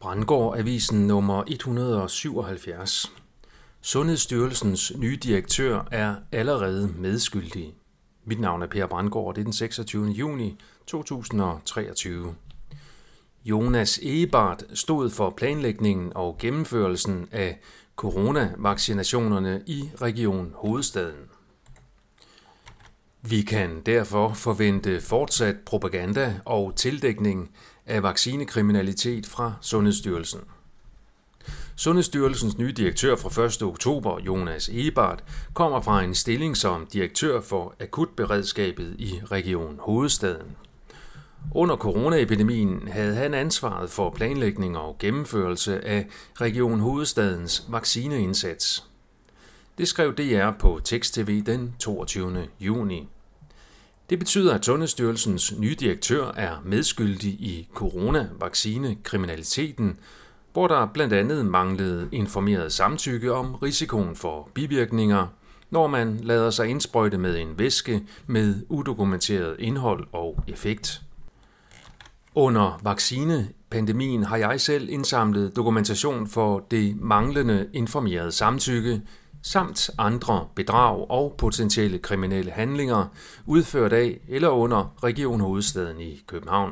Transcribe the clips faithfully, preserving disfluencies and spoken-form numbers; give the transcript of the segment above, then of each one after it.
Brandgård Avisen nummer et hundrede og syvoghalvfjerds. Sundhedsstyrelsens nye direktør er allerede medskyldig. Mit navn er Per Brandgård, og det er den seksogtyvende juni to tusind og treogtyve. Jonas Egebart stod for planlægningen og gennemførelsen af coronavaccinationerne i Region Hovedstaden. Vi kan derfor forvente fortsat propaganda og tildækning af vaccinekriminalitet fra Sundhedsstyrelsen. Sundhedsstyrelsens nye direktør fra første oktober, Jonas Egebart, kommer fra en stilling som direktør for akutberedskabet i Region Hovedstaden. Under coronaepidemien havde han ansvaret for planlægning og gennemførelse af Region Hovedstadens vaccineindsats. Det skrev D R på Tekst T V den toogtyvende juni. Det betyder, at Sundhedsstyrelsens nye direktør er medskyldig i coronavaccinekriminaliteten, hvor der blandt andet manglede informeret samtykke om risikoen for bivirkninger, når man lader sig indsprøjte med en væske med udokumenteret indhold og effekt. Under vaccinepandemien har jeg selv indsamlet dokumentation for det manglende informerede samtykke, samt andre bedrag og potentielle kriminelle handlinger, udført af eller under Region Hovedstaden i København.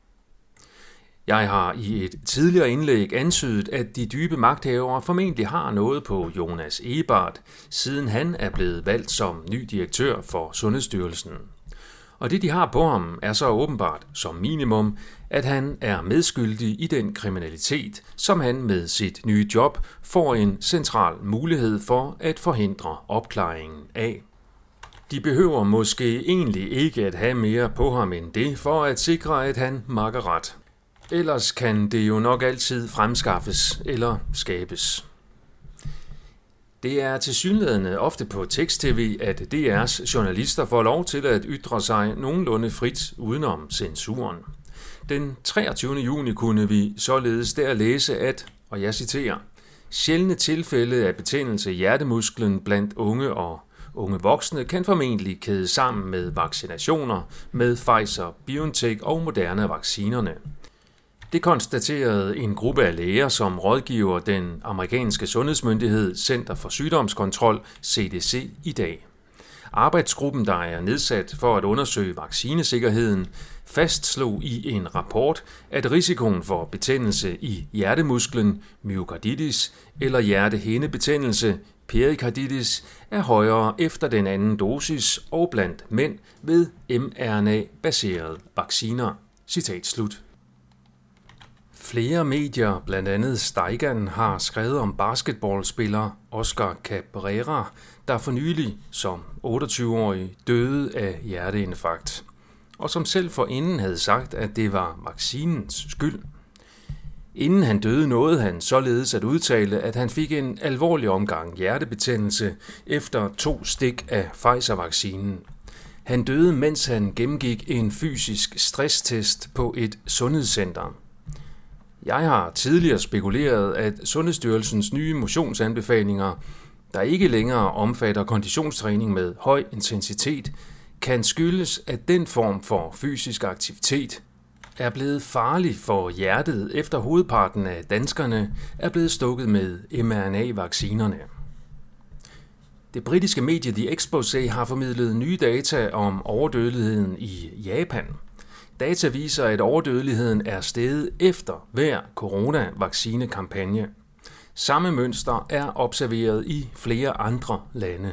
Jeg har i et tidligere indlæg antydet, at de dybe magthavere formentlig har noget på Jonas Egebart, siden han er blevet valgt som ny direktør for Sundhedsstyrelsen. Og det, de har på ham, er så åbenbart som minimum, at han er medskyldig i den kriminalitet, som han med sit nye job får en central mulighed for at forhindre opklaringen af. De behøver måske egentlig ikke at have mere på ham end det, for at sikre, at han makker ret. Ellers kan det jo nok altid fremskaffes eller skabes. Det er tilsyneladende ofte på Tekst T V, at D R's journalister får lov til at ytre sig nogenlunde frit udenom censuren. Den treogtyvende juni kunne vi således der læse, at, og jeg citerer, sjældne tilfælde af betændelse i hjertemusklen blandt unge og unge voksne kan formentlig kæde sammen med vaccinationer med Pfizer, BioNTech og Moderna-vaccinerne. Det konstaterede en gruppe af læger, som rådgiver den amerikanske sundhedsmyndighed Center for Sygdomskontrol, C D C, i dag. Arbejdsgruppen, der er nedsat for at undersøge vaccinesikkerheden, fastslog i en rapport, at risikoen for betændelse i hjertemusklen, myokarditis eller hjertehindebetændelse, perikarditis, er højere efter den anden dosis og blandt mænd ved mRNA-baserede vacciner. Citat slut. Flere medier, blandt andet Steigan, har skrevet om basketballspiller Oscar Cabrera, der for nylig som otteogtyve-årig døde af hjerteinfarkt, og som selv forinden havde sagt, at det var vaccinens skyld. Inden han døde nåede han således at udtale, at han fik en alvorlig omgang hjertebetændelse efter to stik af Pfizer-vaccinen. Han døde, mens han gennemgik en fysisk stresstest på et sundhedscenter. Jeg har tidligere spekuleret, at Sundhedsstyrelsens nye motionsanbefalinger, der ikke længere omfatter konditionstræning med høj intensitet, kan skyldes, at den form for fysisk aktivitet er blevet farlig for hjertet, efter hovedparten af danskerne er blevet stukket med mRNA-vaccinerne. Det britiske medie The Exposé har formidlet nye data om overdødeligheden i Japan. Data viser, at overdødeligheden er steget efter hver coronavaccinekampagne. Samme mønster er observeret i flere andre lande.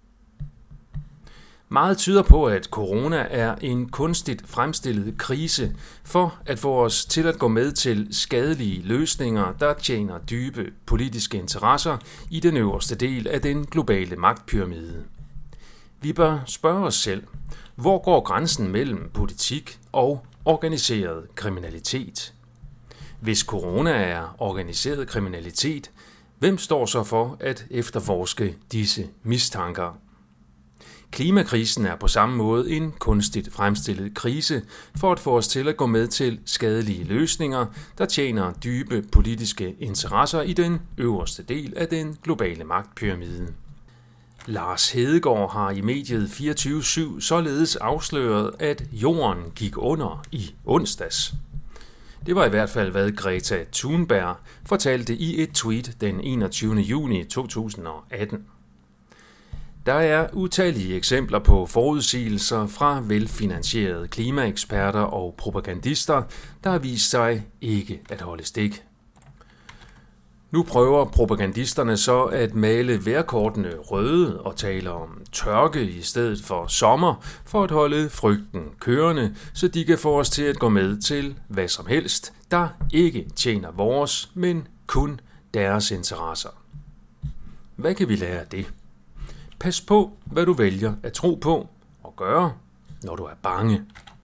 Meget tyder på, at corona er en kunstigt fremstillet krise for at få os til at gå med til skadelige løsninger, der tjener dybe politiske interesser i den øverste del af den globale magtpyramide. Vi bør spørge os selv, hvor går grænsen mellem politik og organiseret kriminalitet? Hvis corona er organiseret kriminalitet, hvem står så for at efterforske disse mistanker? Klimakrisen er på samme måde en kunstigt fremstillet krise for at få os til at gå med til skadelige løsninger, der tjener dybe politiske interesser i den øverste del af den globale magtpyramide. Lars Hedegaard har i mediet fireogtyve syv således afsløret, at jorden gik under i onsdags. Det var i hvert fald, hvad Greta Thunberg fortalte i et tweet den enogtyvende juni to tusind og atten. Der er utallige eksempler på forudsigelser fra velfinansierede klimaeksperter og propagandister, der har vist sig ikke at holde stik. Nu prøver propagandisterne så at male vejrkortene røde og tale om tørke i stedet for sommer for at holde frygten kørende, så de kan få os til at gå med til hvad som helst, der ikke tjener vores, men kun deres interesser. Hvad kan vi lære af det? Pas på, hvad du vælger at tro på og gøre, når du er bange.